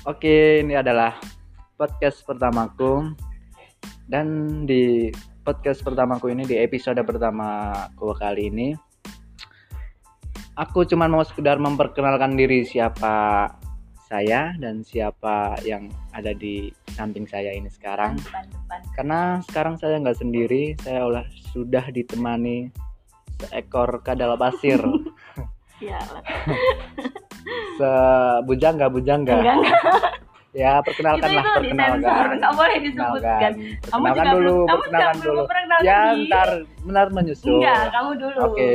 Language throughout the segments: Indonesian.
Oke, ini adalah podcast pertamaku. Dan di podcast pertamaku ini, di episode pertamaku kali ini, aku cuma mau sekedar memperkenalkan diri siapa saya dan siapa yang ada di samping saya ini sekarang. Karena sekarang saya nggak sendiri, saya sudah ditemani seekor kadal pasir. Sialan. Sebujangga. Enggak. Ya, perkenalkan. Nggak boleh disebutkan. Perkenalkan dulu. Ya, benar menyusul. Enggak, kamu dulu. Oke.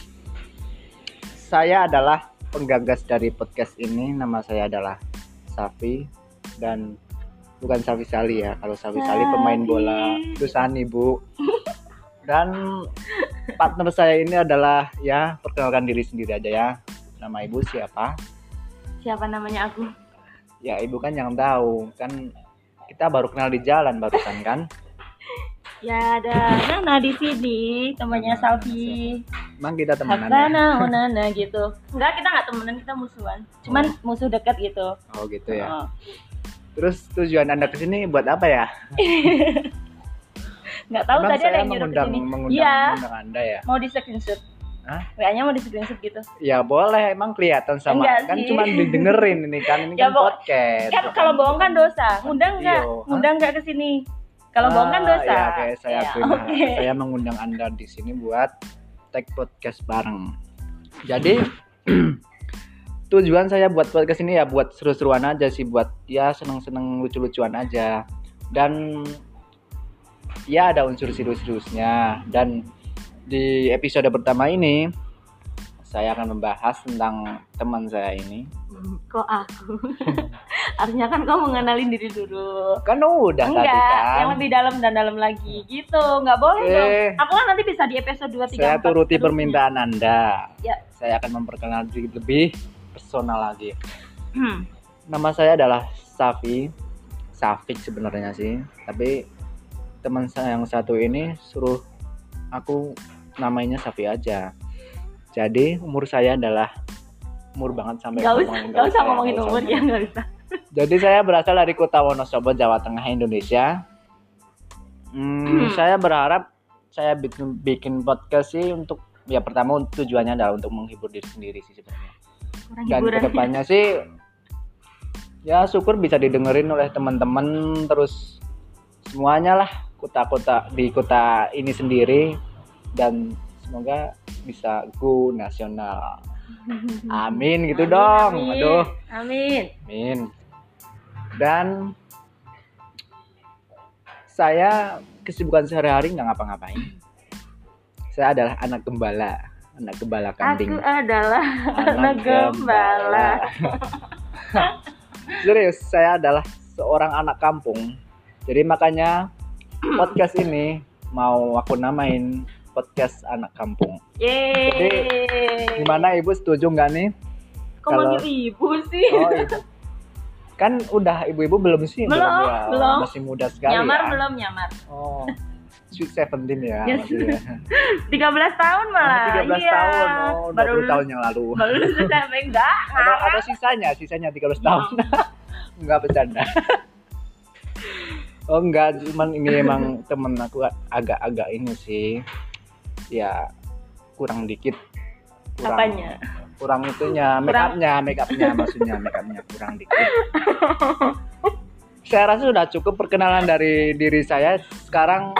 Saya adalah penggagas dari podcast ini. Nama saya adalah Safi dan bukan Safi Sali ya. Kalau Safi Sali pemain bola Susani, Bu. Dan partner saya ini adalah, ya, perkenalkan diri sendiri aja ya. Nama ibu siapa? Siapa namanya aku? Ya, ibu kan yang tahu. Kan kita baru kenal di jalan barusan kan? Ya, ada Nana di sini, temannya Safi. Emang kita temenan ya? Nana gitu. Enggak, kita nggak temenan, kita musuhan. Cuman musuh dekat gitu. Oh, gitu ya. Terus tujuan Anda kesini buat apa ya? Nggak tahu. Emang tadi ada yang nyuruh kesini. Mengundang Anda ya? Mau di screenshot. Kayaknya mau di screenshot gitu. Ya boleh, emang kelihatan sama. Enggak kan sih. Cuma didengerin ini kan podcast. Kan kalau bohong kan dosa. Ngundang nggak ke sini. Kalau bohong kan dosa. Ya, oke, saya akui. Saya mengundang Anda di sini buat tag podcast bareng. Jadi tujuan saya buat podcast ini ya buat seru-seruan aja sih, buat ya seneng-seneng lucu-lucuan aja. Dan ya ada unsur serius-seriusnya. Dan di episode pertama ini saya akan membahas tentang teman saya ini. Kok aku? Harusnya kan kau mengenalin diri dulu. Kan udah tadi kan. Yang lebih dalam lagi gitu. Nggak boleh dong. Aku kan nanti bisa di episode 2, 3, 4. Saya turuti permintaan Anda. Ya. Saya akan memperkenalkan diri lebih personal lagi. Nama saya adalah Safik sebenarnya sih. Tapi teman saya yang satu ini suruh aku namanya Safi aja. Jadi umur saya adalah umur banget sampai nggak usah ngomongin umur ya, nggak usah. Jadi saya berasal dari Kota Wonosobo, Jawa Tengah, Indonesia. Saya berharap saya bikin podcast sih untuk ya pertama tujuannya adalah untuk menghibur diri sendiri sih sebenarnya. Dan kedepannya sih ya syukur bisa didengerin oleh teman-teman terus semuanya lah di kota ini sendiri, dan semoga bisa go nasional. Amin gitu dong. Aduh. Amin. Dan saya kesibukan sehari-hari nggak ngapa-ngapain. Saya adalah anak gembala kambing. Aku adalah anak gembala. Serius, saya adalah seorang anak kampung. Jadi makanya podcast ini mau aku namain podcast anak kampung. Yeay. Jadi gimana, ibu setuju nggak nih? Kok manggil ibu sih? Oh, ibu. Kan udah ibu-ibu belum sih? Belum. Masih muda sekali. Belum nyamar. Oh, sweet 17 ya. Yes. Masih ya. 13 tahun malah. 13 tahun. Oh, 20 tahun yang lalu. Baru lulus SMP enggak? Ada sisanya 13 tahun. Enggak, bercanda. Oh enggak, cuman ini emang temen aku agak ini sih. Ya kurang dikit. Apanya? Kurang itunya, make upnya maksudnya make upnya kurang dikit. Saya rasa sudah cukup perkenalan dari diri saya. Sekarang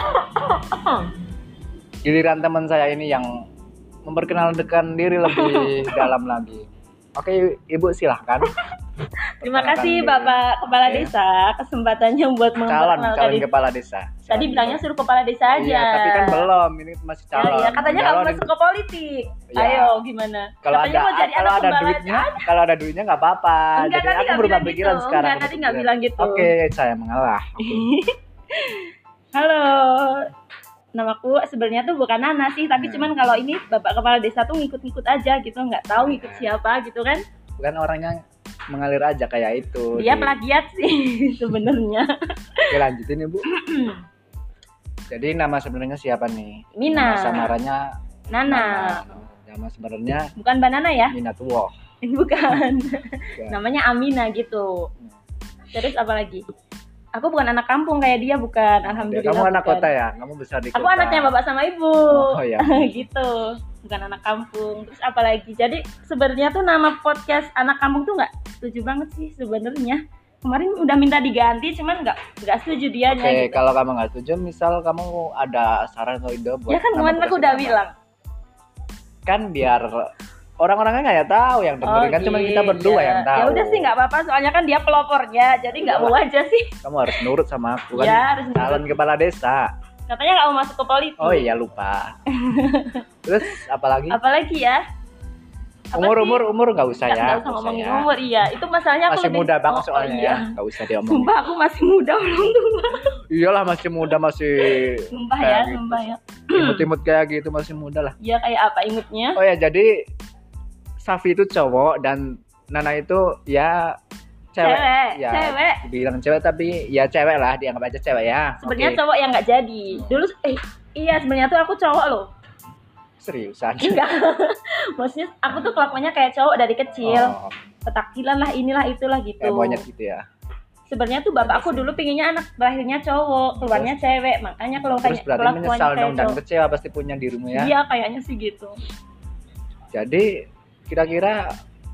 giliran teman saya ini yang memperkenalkan diri lebih dalam lagi. Oke, Ibu silahkan. Terima kasih Bapak Kepala Desa kesempatannya buat memperkenalkan calon kepala desa. Tadi bilangnya suruh kepala desa aja. Iya, tapi kan belum, ini masih calon. Ya, katanya kamu masuk ke politik. Ya. Ayo gimana? Kalau ada duitnya nggak apa-apa. Enggak, jadi aku berubah pikiran gitu. sekarang. Enggak, tadi nggak bilang gitu. Oke, saya mengalah. Halo. Namaku sebenarnya tuh bukan Nana sih, tapi cuman kalau ini Bapak Kepala Desa tuh ngikut-ngikut aja gitu, nggak tahu ngikut siapa gitu kan. Bukan orangnya mengalir aja kayak itu. Dia plagiat sih sebenarnya. Oke, lanjutin Ibu. Jadi nama sebenarnya siapa nih? Mina. Nama samarannya Nana. Nama sebenarnya bukan Banana ya? Minatullah. Bukan. Namanya Amina gitu. Terus apa lagi? Aku bukan anak kampung kayak dia, bukan. Alhamdulillah. Kamu anak bukan. kota ya? Kamu besar di kota. Aku anaknya bapak sama ibu. Oh ya. Gitu. Bukan anak kampung. Terus apa lagi? Jadi sebenarnya tuh nama podcast anak kampung tuh nggak setuju banget sih sebenarnya. Kemarin udah minta diganti, cuman nggak setuju dianya. Oke, gitu. kalau kamu nggak setuju, misal kamu ada saran atau ide buat Ya kan kemarin aku udah bilang. Kan biar orang-orangnya nggak tahu yang dengerin, kan cuma kita berdua yang tahu. Ya udah sih nggak apa-apa, soalnya kan dia pelopornya, jadi nggak mau aja sih. Kamu harus nurut sama aku kan. Ya, harus nurut. Calon kepala desa. Katanya nggak mau masuk ke politik. Oh iya lupa. Terus apalagi? Apalagi ya? Umur nggak usah ya. Nggak usah ngomongin umur, iya. Itu masalahnya aku masih lebih muda banget soalnya iya. ya. Nggak usah diomongin. Sumpah aku masih muda belum tua. Iyalah masih muda, masih. Sumpah ya, gitu. sumpah ya. Imut-imut kayak gitu masih muda lah. Iya kayak apa imutnya? Oh ya, jadi Safi itu cowok dan Nana itu ya cewek. Ya, cewek. Bilang cewek tapi ya cewek lah, dianggap aja cewek ya. Sebenarnya cowok yang nggak jadi. Dulu iya sebenarnya tuh aku cowok loh. Seriusan? Enggak. Maksudnya aku tuh kelakuannya kayak cowok dari kecil. Petakilan lah, inilah itulah gitu. Kayak monyet gitu ya. Sebenarnya tuh bapak aku dulu pinginnya anak terakhirnya cowok, keluarnya cewek. Makanya kalau Terus kayak berarti menyesal dong dan kecewa pasti punya dirimu ya. Iya, kayaknya sih gitu. Jadi kira-kira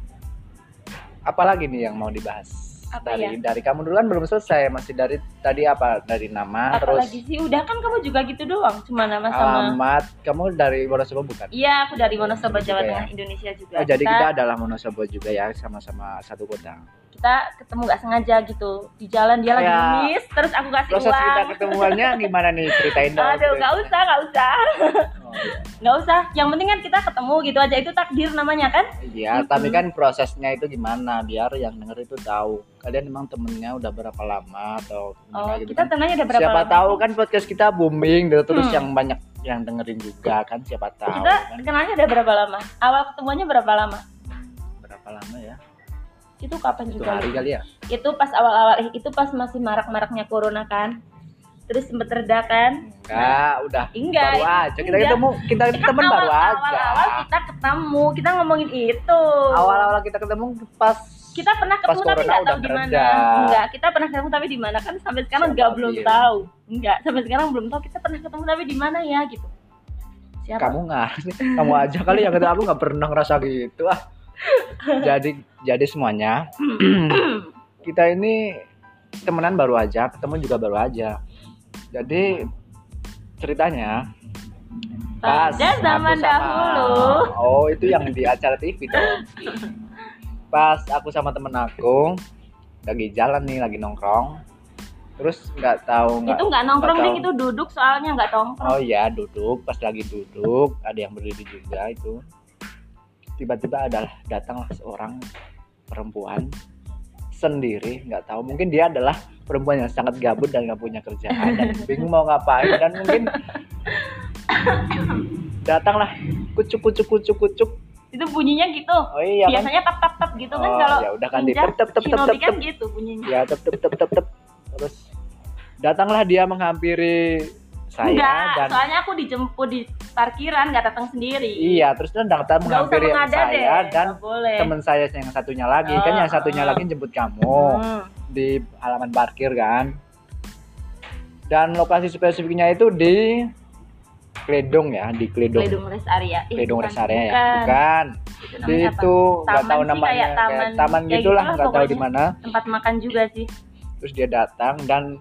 apa lagi nih yang mau dibahas? Apa Dari kamu dulu kan belum selesai, masih dari tadi apa? Dari nama apa terus lagi sih? Udah kan kamu juga gitu doang, cuma nama sama alamat. Kamu dari Wonosobo bukan? Iya, aku dari Wonosobo, Jawa Tengah, ya? Indonesia juga. Oh, jadi kita adalah Wonosobo juga ya, sama-sama satu kota. Kita ketemu nggak sengaja gitu di jalan, dia lagi ngemis, terus aku kasih proses uang. kita ketemuannya gimana nih, ceritain dong. Aduh, nggak usah. Oh, iya. Nggak usah. Yang penting kan kita ketemu gitu aja, itu takdir namanya kan? Iya, tapi kan prosesnya itu gimana biar yang denger itu tahu. Kalian emang temennya udah berapa lama atau gimana gitu? Kita kan? temennya udah berapa Siapa lama? tahu kan podcast kita booming terus yang banyak yang dengerin juga kan, siapa tahu. Kita kan? kenalnya udah berapa lama? Awal ketemuannya berapa lama? Berapa lama ya? Itu kapan Itu juga? hari kali ya? Itu pas awal-awal, itu pas masih marak-maraknya corona kan? Terus sempet reda kan? Enggak, baru aja kita ketemu, kita temen baru aja. Awal-awal kita ketemu, kita ngomongin itu. Awal-awal kita ketemu pas kita pernah ketemu tapi nggak tahu di mana. Enggak, kita pernah ketemu tapi di mana kan sampai sekarang nggak belum tahu. Enggak, sampai sekarang belum tahu kita pernah ketemu tapi di mana ya gitu. Siapa? Kamu nggak, kamu aja kali yang ketemu, aku nggak pernah ngerasa gitu ah. Jadi semuanya kita ini temenan baru aja, ketemu juga baru aja. Jadi ceritanya pas zaman dahulu. Oh, itu yang di acara TV dong. Pas aku sama temen aku lagi jalan nih, lagi nongkrong. Terus nggak nggak nongkrong deh, itu duduk soalnya nggak nongkrong. Oh iya, duduk. Pas lagi duduk ada yang berdiri juga itu. Tiba-tiba datanglah seorang perempuan sendiri, nggak tahu, mungkin dia adalah perempuan yang sangat gabut dan nggak punya kerjaan dan bingung mau ngapain, dan mungkin datanglah kucuk. Itu bunyinya gitu. Oh iya, biasanya kan? tap gitu kan kalau ya udah kan di tep kan gitu bunyinya. Ya tep. Terus datanglah dia menghampiri saya. Enggak, soalnya aku dijemput di parkiran, nggak datang sendiri. Iya, terus dia datang menghampiri saya dan teman saya yang satunya lagi, kan yang satunya lagi jemput kamu di halaman parkir kan. Dan lokasi spesifiknya itu di Kledong ya, di Kledong. Kledong Rest Area. Kledong Rest Area ya, bukan. Di itu nggak tahu namanya, kayak taman gitulah, nggak tahu di mana. Tempat makan juga sih. Terus dia datang dan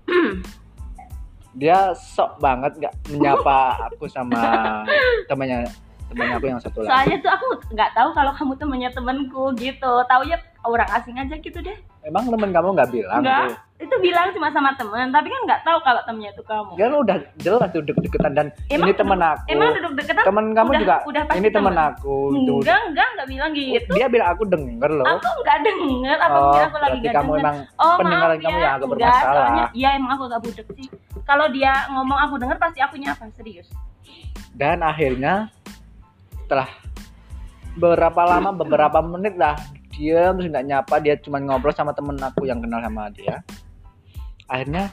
dia sok banget nggak menyapa aku sama temannya aku yang satu lagi. Soalnya tuh aku nggak tahu kalau kamu temannya temanku gitu, taunya orang asing aja gitu deh. Emang temen kamu nggak bilang? Nggak, itu bilang cuma sama teman, tapi kan nggak tahu kalau temannya itu kamu. Kan udah jelas tuh deket-deketan dan ini teman aku. Emang duduk-deketan? Temen kamu juga. Udah ini teman aku. Enggak bilang gitu. Dia bilang aku denger loh. Aku nggak denger, apa bilang aku lagi nggak kamu denger. Emang pendengaran kamu ya agak bermasalah. Soalnya, iya emang aku gak budek sih. Kalau dia ngomong aku denger pasti aku nyapa, serius. Dan akhirnya setelah beberapa menit lah dia terus nggak nyapa, dia cuma ngobrol sama temen aku yang kenal sama dia. Akhirnya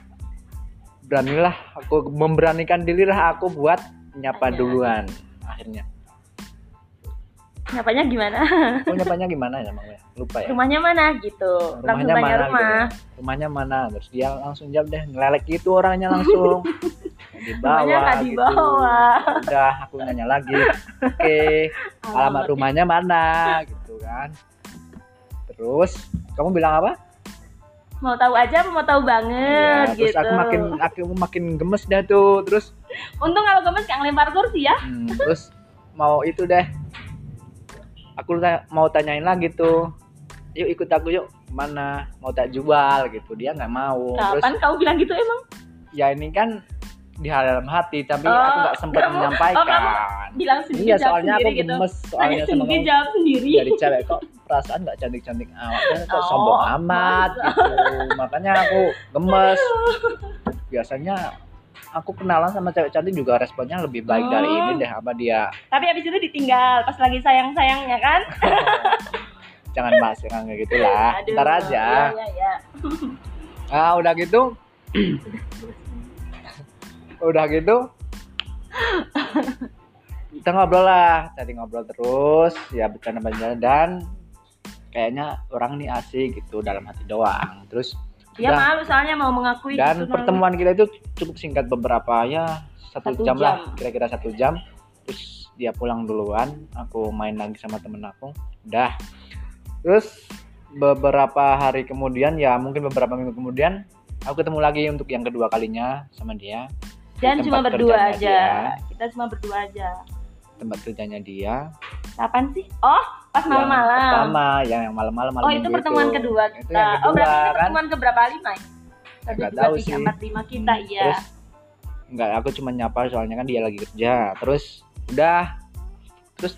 memberanikan diri lah aku buat nyapa duluan. Akhirnya nyapanya gimana? Nyapanya gimana ya, Mang? lupa ya. Rumahnya mana gitu. Langsung Rumahnya tanya mana rumah. gitu. Rumahnya mana? Terus dia langsung jawab deh, ngelelek gitu orangnya langsung. Di Rumahnya bawah nggak di gitu. bawah. Udah aku nanya lagi. Oke, alamat rumahnya mana gitu kan. Terus kamu bilang apa? Mau tahu aja apa mau tahu banget Terus gitu. aku makin gemes dah tuh. Terus Untung kalau gemes gak ngelempar kursi ya. terus mau itu deh. Aku mau tanyain lagi tuh. Yuk ikut aku yuk. Mana? Mau tak jual gitu. Dia nggak mau. Kapan Terus kamu bilang gitu emang? ya ini kan di dalam hati, tapi aku nggak sempat menyampaikan. Kamu bilang sendiri, Iya, jawab soalnya aku sendiri gitu. gemes Tanya soalnya sama sendiri, kamu. jawab sendiri. Dari cewek kok perasaan nggak cantik-cantik amat, kok sombong Oh, amat gitu. Makanya aku gemes. Biasanya aku kenalan sama cewek cantik juga responnya lebih baik dari ini deh apa dia. Tapi habis itu ditinggal pas lagi sayang-sayangnya kan? Jangan bahas yang kayak gitulah. Aduh, Ntar aja. Iya. Nah, udah gitu. Udah gitu. Kita ngobrol lah, cari ngobrol terus, ya bercanda-bercanda dan kayaknya orang nih asik gitu dalam hati doang. Terus Dia malu soalnya mau mengakui dan gitu, pertemuan kita itu cukup singkat, beberapa ya satu jam lah, kira-kira 1 jam. Terus dia pulang duluan, aku main lagi sama temen aku. Udah. Terus beberapa hari kemudian, ya mungkin beberapa minggu kemudian, aku ketemu lagi untuk yang kedua kalinya sama dia. Dan cuma berdua aja. Dia, kita cuma berdua aja. Tempat kerjanya dia. Kapan sih? Oh, pas malam-malam. Pertama, yang malam-malam. Oh, itu pertemuan kedua kita. Itu yang kedua, oh, berarti itu kan? pertemuan keberapa? 5 ya? 1, 2, 3, 4, 5 kita, iya. Terus enggak, aku cuma nyapa soalnya kan dia lagi kerja. Terus udah. Terus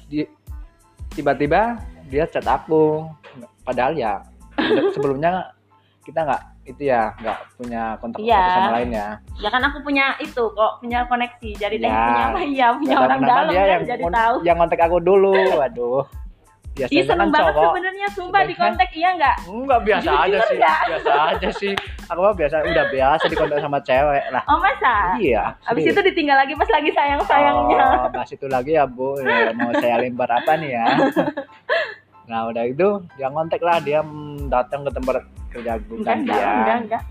tiba-tiba dia chat aku. Padahal ya sebelumnya kita nggak punya kontak satu sama lain ya. Ya kan aku punya itu kok, punya koneksi. Jadi ya, punya apa ya, punya orang dalam dia kan, jadi tahu. Yang kontak aku dulu, waduh. Biasanya seneng kan banget cowok. Sebenarnya sumpah di kontak, iya nggak? Enggak, biasa aja sih. Biasa aja sih. Aku mah udah biasa di kontak sama cewek lah. Oh masa? Iya. Abis itu ditinggal lagi pas lagi sayang-sayangnya. Bahas itu lagi ya Bu. Ya, mau saya lempar apa nih ya? Nah udah itu dia ngontek lah, dia datang ke tempat kerja gue kan dia. Enggak.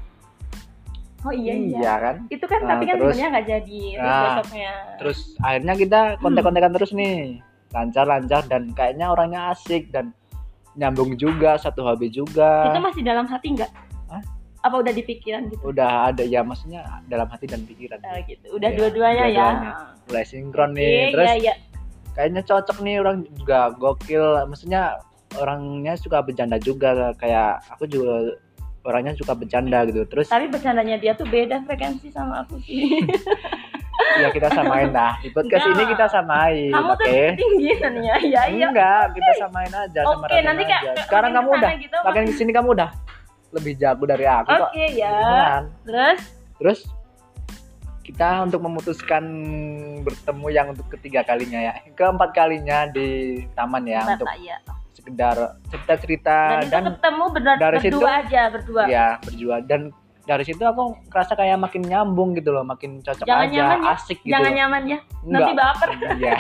Oh iya kan. Itu kan tapi kan sebenarnya nggak jadi besoknya. Terus akhirnya kita kontak-kontakan terus nih, lancar dan kayaknya orangnya asik dan nyambung juga, satu hobi juga. Itu masih dalam hati nggak? Hah? Apa udah di pikiran gitu? Udah ada ya, maksudnya dalam hati dan pikiran. Gitu. Udah dua-duanya ya. Mulai sinkron nih, terus iya. Kayaknya cocok nih, orang juga gokil, maksudnya orangnya suka bercanda juga, kayak aku juga orangnya suka bercanda gitu. Terus tapi bercandanya dia tuh beda frekuensi sama aku sih. Ya kita samain lah di podcast ini, kita samain. Kamu tuh ketinggian ya. Iya. Enggak, kita samain aja sama Raden nanti aja. Sekarang kamu udah gitu, makin kesini kamu udah lebih jago dari aku kok. Oke ya. Terus kita untuk memutuskan bertemu yang untuk ketiga kalinya ya, keempat kalinya di taman ya, untuk sekedar cerita-cerita dan ketemu berdua berdua. Ya, berdua, dan dari situ aku ngerasa kayak makin nyambung gitu loh, makin cocok asik gitu. Jangan nyaman ya. Nanti baper. Iya.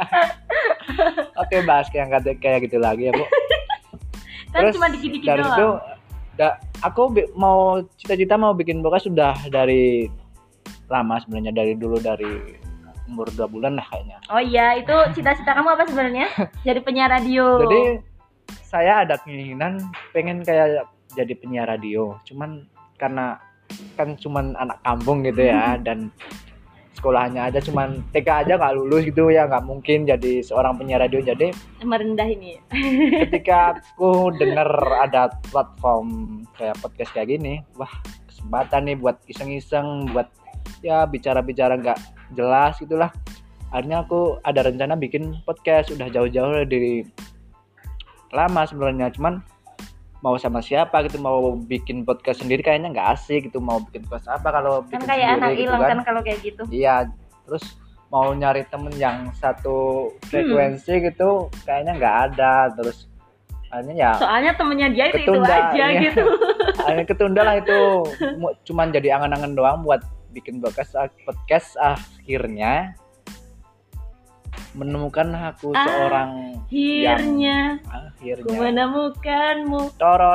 Oke, bahas kayak gitu lagi ya, Bu. Kan cuma dikit-dikit doang. Dari situ aku mau cita-cita mau bikin podcast sudah dari lama sebenarnya, dari umur 2 bulan lah kayaknya. Oh iya, itu cita-cita kamu apa sebenarnya? Jadi penyiar radio. Jadi saya ada keinginan pengen kayak jadi penyiar radio. Cuman karena kan cuman anak kampung gitu ya, dan sekolahnya aja cuman TK aja nggak lulus gitu ya, nggak mungkin jadi seorang penyiar radio. Jadi merendah ini. Ketika aku dengar ada platform kayak podcast kayak gini, wah kesempatan nih buat iseng-iseng, buat ya bicara-bicara nggak jelas gitulah. Akhirnya aku ada rencana bikin podcast, udah jauh-jauh dari lama sebenarnya, cuman mau sama siapa gitu, mau bikin podcast sendiri kayaknya nggak asik gitu, mau bikin podcast apa kalau bikin kan kayak anak hilang gitu kan kalau kayak gitu. Iya, terus mau nyari temen yang satu frekuensi gitu kayaknya nggak ada. Terus akhirnya ya soalnya temennya dia itu aja ya. Gitu. Akhirnya ketunda lah itu, cuman jadi angan-angan doang buat bikin podcast. Akhirnya menemukan aku seorang akhirnya ku menemukanmu.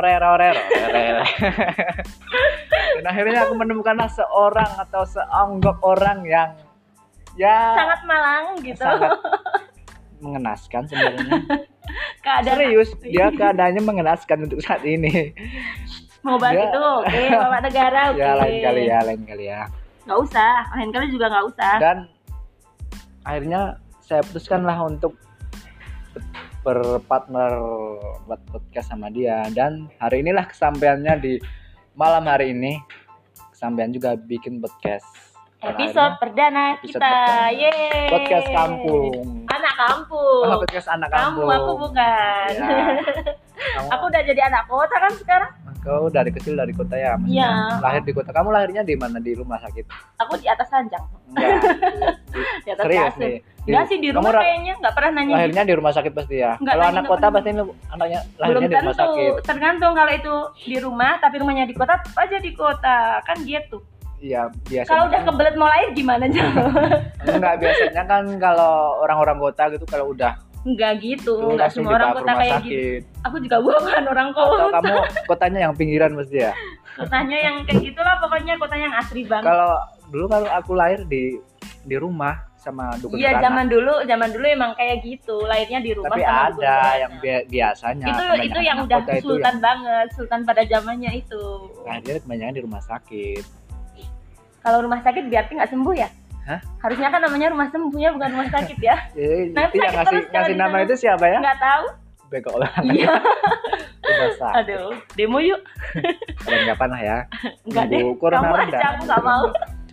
Dan akhirnya aku menemukan seorang atau seonggok orang yang ya sangat malang gitu. Sangat mengenaskan sebenarnya. Serius, dia keadaannya mengenaskan untuk saat ini. Mau bahas itu, oke, Bapak Negara, oke. Ya lain kali ya. Nggak usah, lain kali juga nggak usah. Dan akhirnya saya putuskanlah untuk berpartner buat podcast sama dia. Dan hari inilah kesampaiannya di malam hari ini. Kesampaian juga bikin podcast. Episode perdana kita. Yeay. Podcast kampung. Anak kampung. Podcast anak kampung. Kamu, aku bukan. Ya. Aku udah jadi anak kota kan sekarang. Kau dari kecil dari kota ya? Iya. Lahir di kota. Kamu lahirnya di mana? Di rumah sakit? Aku di atas ranjang. Enggak. Di atas Serius kasur. nih? Enggak sih di rumah kayaknya, enggak pernah nanya. Lahirnya di rumah sakit pasti ya? Kalau anak kota pasti anaknya lahirnya di rumah sakit. Tergantung kalau itu di rumah tapi rumahnya di kota, tetap aja di kota. Kan gitu. Iya, biasanya. Kalau udah kebelet mau lahir gimana aja? Enggak, biasanya kan kalau orang-orang kota gitu kalau udah enggak gitu, enggak semua orang kota kayak gitu. Aku juga bukan orang kota. Atau kamu kotanya yang pinggiran mesti ya? Kotanya yang kayak gitulah, pokoknya kotanya yang asri banget. Kalau aku lahir di rumah sama dukun iya, zaman dulu emang kayak gitu, lahirnya di rumah. Tapi sama ada yang biasanya itu yang udah sultan banget, sultan pada zamannya itu. Lahirnya kebanyakan di rumah sakit. Kalau rumah sakit berarti nggak sembuh ya? Hah? Harusnya kan namanya rumah sembuhnya bukan rumah sakit ya. Nanti yang ngasih nama itu siapa ya? Nggak tahu. Bego lah. Iya. Rumah sakit. Aduh, demo yuk. Kapan lah ya. Enggak deh. Kamu aja, aku nggak mau.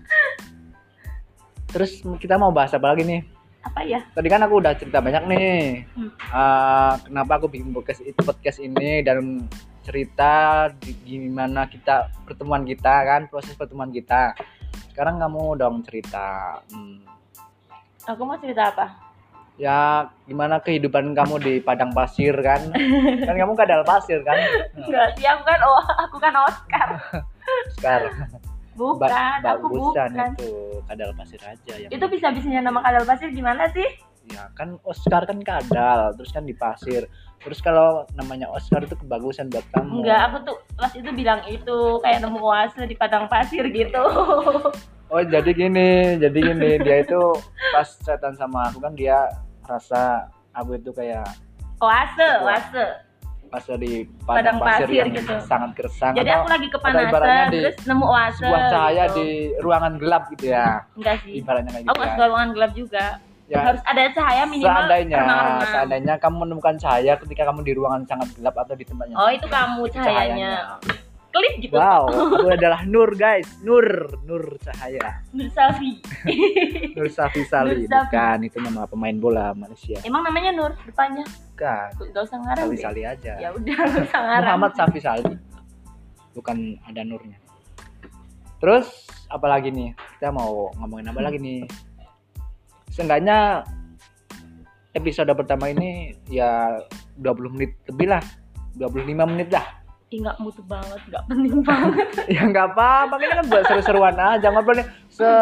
Terus kita mau bahas apa lagi nih? Apa ya? Tadi kan aku udah cerita banyak nih. Kenapa aku bikin podcast ini dan cerita gimana pertemuan kita kan, proses pertemuan kita. Sekarang kamu dong cerita. Aku mau cerita apa? Ya gimana kehidupan kamu di padang pasir kan? Kan kamu kadal pasir kan? Enggak sih, aku kan Oscar. Oscar. Bukan, aku bukan. Itu kadal pasir aja yang. Itu bisa-bisanya nama kadal pasir gimana sih? Ya kan Oscar kan kadal, terus kan di pasir. Terus kalau namanya Oscar itu kebagusan buat kamu. Enggak, aku tuh pas itu bilang itu kayak nemu oase di padang pasir gitu. Oh jadi gini, dia itu pas chatan sama aku kan dia rasa aku itu kayak oase. Pas di padang pasir yang gitu. Sangat gersang. Jadi aku lagi kepanasan terus nemu oase. Sebuah cahaya gitu. Di ruangan gelap gitu ya. Enggak sih. Ibaratnya kayak gitu. Aku masuk ruangan gelap juga. Ya, harus ada cahaya minimal. Seandainya kamu menemukan cahaya ketika kamu di ruangan sangat gelap atau di tempat yang. Oh itu kamu cahayanya. Klik gitu. Wow, aku adalah Nur guys, Nur cahaya. Nur Safi. Nur Safi Sali, bukan itu nama pemain bola Malaysia. Emang namanya Nur depannya? Bukan. Enggak usah ngarang. Safi Sali aja. Ya udah, enggak usah ngarang. Muhammad Safi Sali. Bukan ada Nurnya. Terus apa lagi nih? Kita mau ngomongin apa lagi nih? Seenggaknya episode pertama ini ya 20 menit lebih lah, 25 menit lah. Nggak mutu banget, nggak penting banget. Ya nggak apa-apa, ini kan buat seru-seruan aja, ngobrolin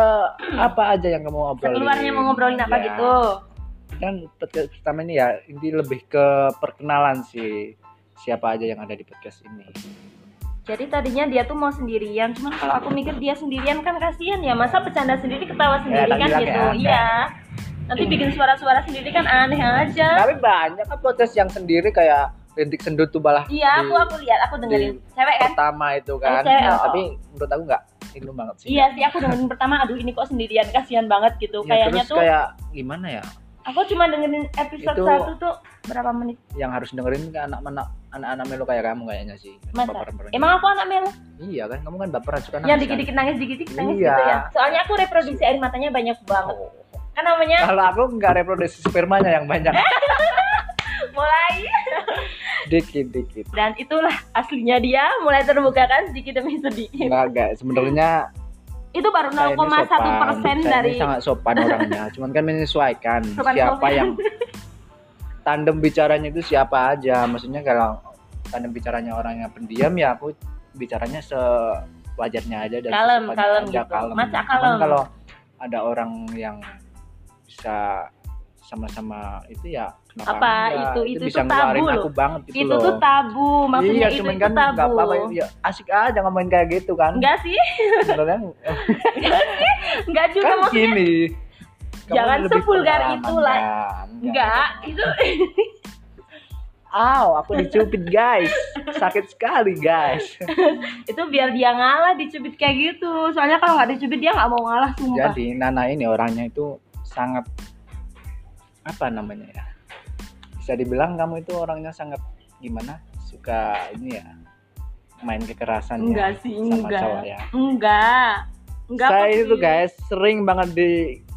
apa aja yang kamu obrolin. Keluarnya mau ngobrolin apa gitu. Kan podcast pertama ini ya inti lebih ke perkenalan sih, siapa aja yang ada di podcast ini. Jadi tadinya dia tuh mau sendirian, cuman kalau aku mikir dia sendirian kan kasihan ya, masa bercanda sendiri ketawa sendiri kan gitu. Iya. Nanti bikin suara-suara sendiri kan aneh aja. Tapi banyak kan podcast yang sendiri kayak Rintik Sendut tuh balah. Iya, aku lihat, aku dengerin cewek kan. Pertama itu kan. Tapi menurut aku enggak itu banget sih. Iya sih, aku dengerin pertama, aduh ini kok sendirian, kasihan banget gitu. Ya, kayaknya terus tuh kayak gimana ya? Aku cuma dengerin episode itu, 1 tuh berapa menit. Yang harus dengerin kan anak-anak melo kayak kamu kayaknya sih. Masa? Emang aku anak melo? Iya kan, kamu kan baperan suka nangis. Yang dikit-dikit nangis, dikit-dikit nangis gitu ya. Soalnya aku reproduksi air matanya banyak banget. Kan namanya. Kalau aku nggak reproduksi spermanya yang banyak. Mulai. Dikit-dikit. Dan itulah aslinya dia mulai terbuka kan sedikit demi sedikit. Enggak. Sebenarnya itu baru 0,1% dari. Ini sangat sopan orangnya. Cuman kan menyesuaikan siapa yang tandem bicaranya itu siapa aja. Maksudnya kalau tandem bicaranya orangnya pendiam ya aku bicaranya sewajarnya aja dan kalem gitu. kalem. Masa kalem. Kalau ada orang yang bisa sama-sama itu ya kenapa Apa enggak? itu bisa tabu ngeluarin loh. aku banget gitu Itu loh. tuh tabu, maksudnya Iya, itu cuman kan nggak tabu. apa-apa ya, asik aja ngomongin kayak gitu kan. Enggak sih, Sebenarnya enggak juga kan maksudnya. gini. Kamu Jangan lebih sevulgar pengalaman itulah. kan? Enggak, itu Aku dicubit guys, sakit sekali guys. itu biar dia ngalah dicubit kayak gitu. Soalnya kalau nggak dicubit dia nggak mau ngalah sumpah. Jadi Nana ini orangnya itu sangat apa namanya ya? Bisa dibilang kamu itu orangnya sangat gimana? Suka ini ya, main kekerasan Enggak ya sih, sama enggak. cowok ya. Enggak Saya kok itu sih. guys sering banget di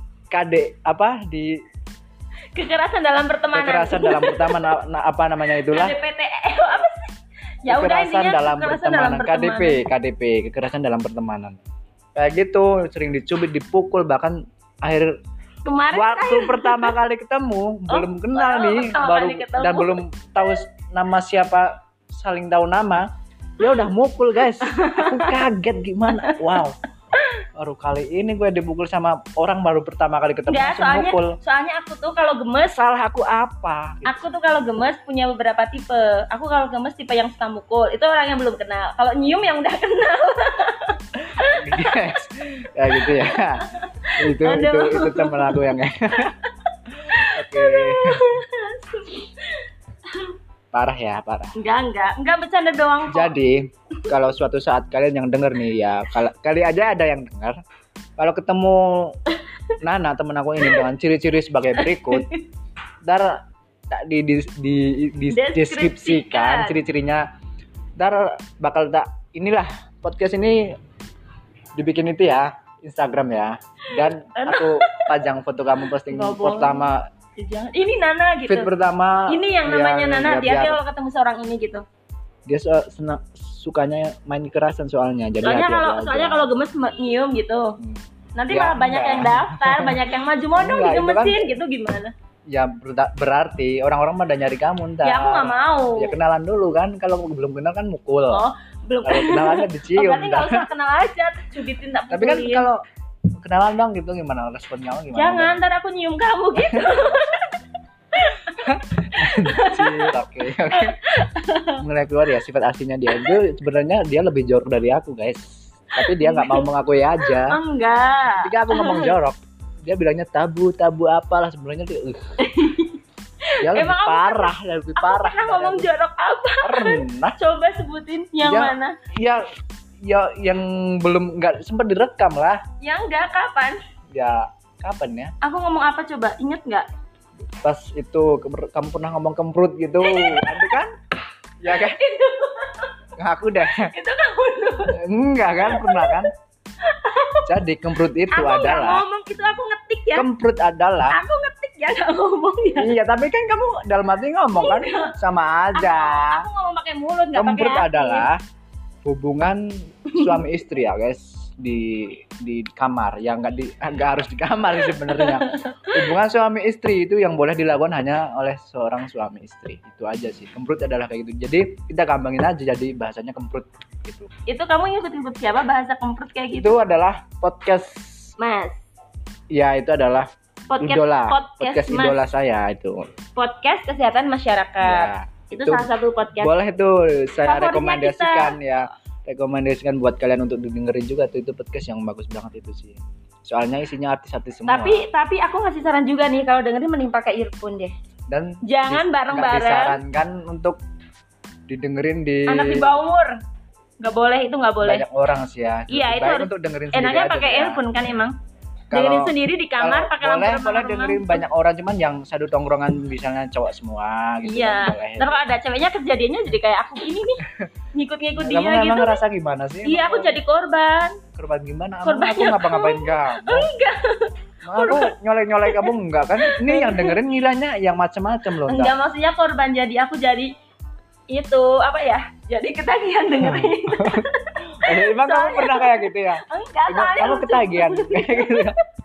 di Kekerasan dalam pertemanan. kekerasan dalam pertemanan apa namanya itulah KDPT apa sih? Ya udah kekerasan intinya dalam kekerasan pertemanan, dalam KDP kekerasan dalam pertemanan kayak gitu, sering dicubit, dipukul, bahkan akhir Kemarin waktu pertama kali ketemu belum kenal nih, pertama baru kali ketemu. dan belum tahu nama siapa, saling tahu nama, dia udah mukul guys. Aku kaget gimana, wow, baru kali ini gue dipukul sama orang baru pertama kali ketemu enggak, langsung mukul. soalnya aku tuh kalau gemes, Salah aku apa? aku tuh kalau gemes punya beberapa tipe. Aku kalau gemes tipe yang suka mukul, itu orang yang belum kenal. Kalau nyium yang udah kenal. Guys, ya gitu ya. Itu teman aku yang Oke. Parah ya, parah. Enggak bercanda doang kok. Jadi, kalau suatu saat kalian yang denger nih ya, kali aja ada yang denger. Kalau ketemu Nana temen aku ini dengan ciri-ciri sebagai berikut, ntar deskripsikan ciri-cirinya. Ntar bakal inilah podcast ini dibikin itu ya, Instagram ya. Dan aku pajang foto kamu posting pertama. Jangan. Ini Nana gitu. Feed pertama. Ini yang namanya Nana. Dia kalau ketemu seorang ini gitu. Dia sukanya main kekerasan soalnya. Jadi soalnya kalau gemes nyium gitu. Nanti malah banyak yang daftar, banyak yang maju modong digemesin kan, gitu gimana? Ya berarti orang-orang pada nyari kamu ntar. Ya aku nggak mau. Ya kenalan dulu kan. Kalau belum kenal kan mukul. Oh, belum. Kalau kenalannya dicium. Berarti nggak usah kenal aja, cubitin tak pukulin. Tapi kan kalau kenalan dong gitu, gimana respon kamu gimana? Jangan, ntar aku nyium kamu gitu. Oke. Mulai keluar ya sifat aslinya dia. Itu sebenarnya dia lebih jorok dari aku guys. Tapi dia nggak mau mengakui aja. Enggak. Ketika aku ngomong jorok, dia bilangnya tabu apalah, sebenarnya dia lebih parah, lebih parah. Pernah ngomong jorok apa? Pernah. Coba sebutin yang mana? Ya yang belum nggak sempat direkam lah. Yang enggak kapan? Ya kapan ya? Aku ngomong apa coba? Ingat nggak? Pas itu kamu pernah ngomong kemprut gitu, ada kan? Ya kan? Ngaku dah. Itu kamu dulu. Enggak kan, pernah kan? Jadi kemprut itu aku adalah. Aku ngomong itu, aku ngetik ya. Kemprut adalah. Aku ngetik ya, nggak ngomong ya. Iya, tapi kan kamu dalam hati ngomong kan, sama aja. Aku ngomong pakai mulut, nggak pakai hati. Kemprut adalah hubungan suami istri ya guys, di kamar, yang nggak harus di kamar sih sebenarnya. Hubungan suami istri itu yang boleh dilakukan hanya oleh seorang suami istri, itu aja sih. Kemprut adalah kayak gitu, jadi kita gampangin aja jadi bahasanya kemprut gitu. Itu kamu ngikut siapa bahasa kemprut kayak gitu? Itu adalah podcast Mas. Ya, itu adalah podcast Mas. idola saya itu. Podcast kesehatan masyarakat. Ya, itu salah satu podcast. Boleh tuh saya favoritnya rekomendasikan ya. Rekomendasikan buat kalian untuk dengerin juga tuh, itu podcast yang bagus banget itu sih. Soalnya isinya artis-artis semua. Tapi aku ngasih saran juga nih, kalau dengerin mending pakai earphone deh. Dan jangan bareng-bareng. Disarankan untuk didengerin di anak di bawah umur. Nggak boleh, itu nggak boleh. Banyak orang sih ya. Iya, itu harus untuk dengerin sendiri. Enaknya pakai ya. earphone kan emang. Dengerin sendiri di kamar pakai lampu. Boleh dengerin banyak orang, cuman yang satu tongkrongan misalnya cowok semua gitu. Iya. Kan, kalau ada ceweknya kejadiannya jadi kayak aku ini nih. Ngikut-ngikut dia kamu gitu. Kamu ngerasa gimana sih? Iya, aku jadi korban. Korban gimana? Korbannya aku ngapa-ngapain kamu? Enggak. Aku nyolek-nyolek kamu enggak kan? Ini yang dengerin ngilanya yang macam-macam loh. Enggak, maksudnya korban, jadi aku jadi itu apa ya? Jadi ketagihan dengerin. Emang kamu pernah kayak gitu ya? Enggak, kamu ketagihan kayak gitu ya?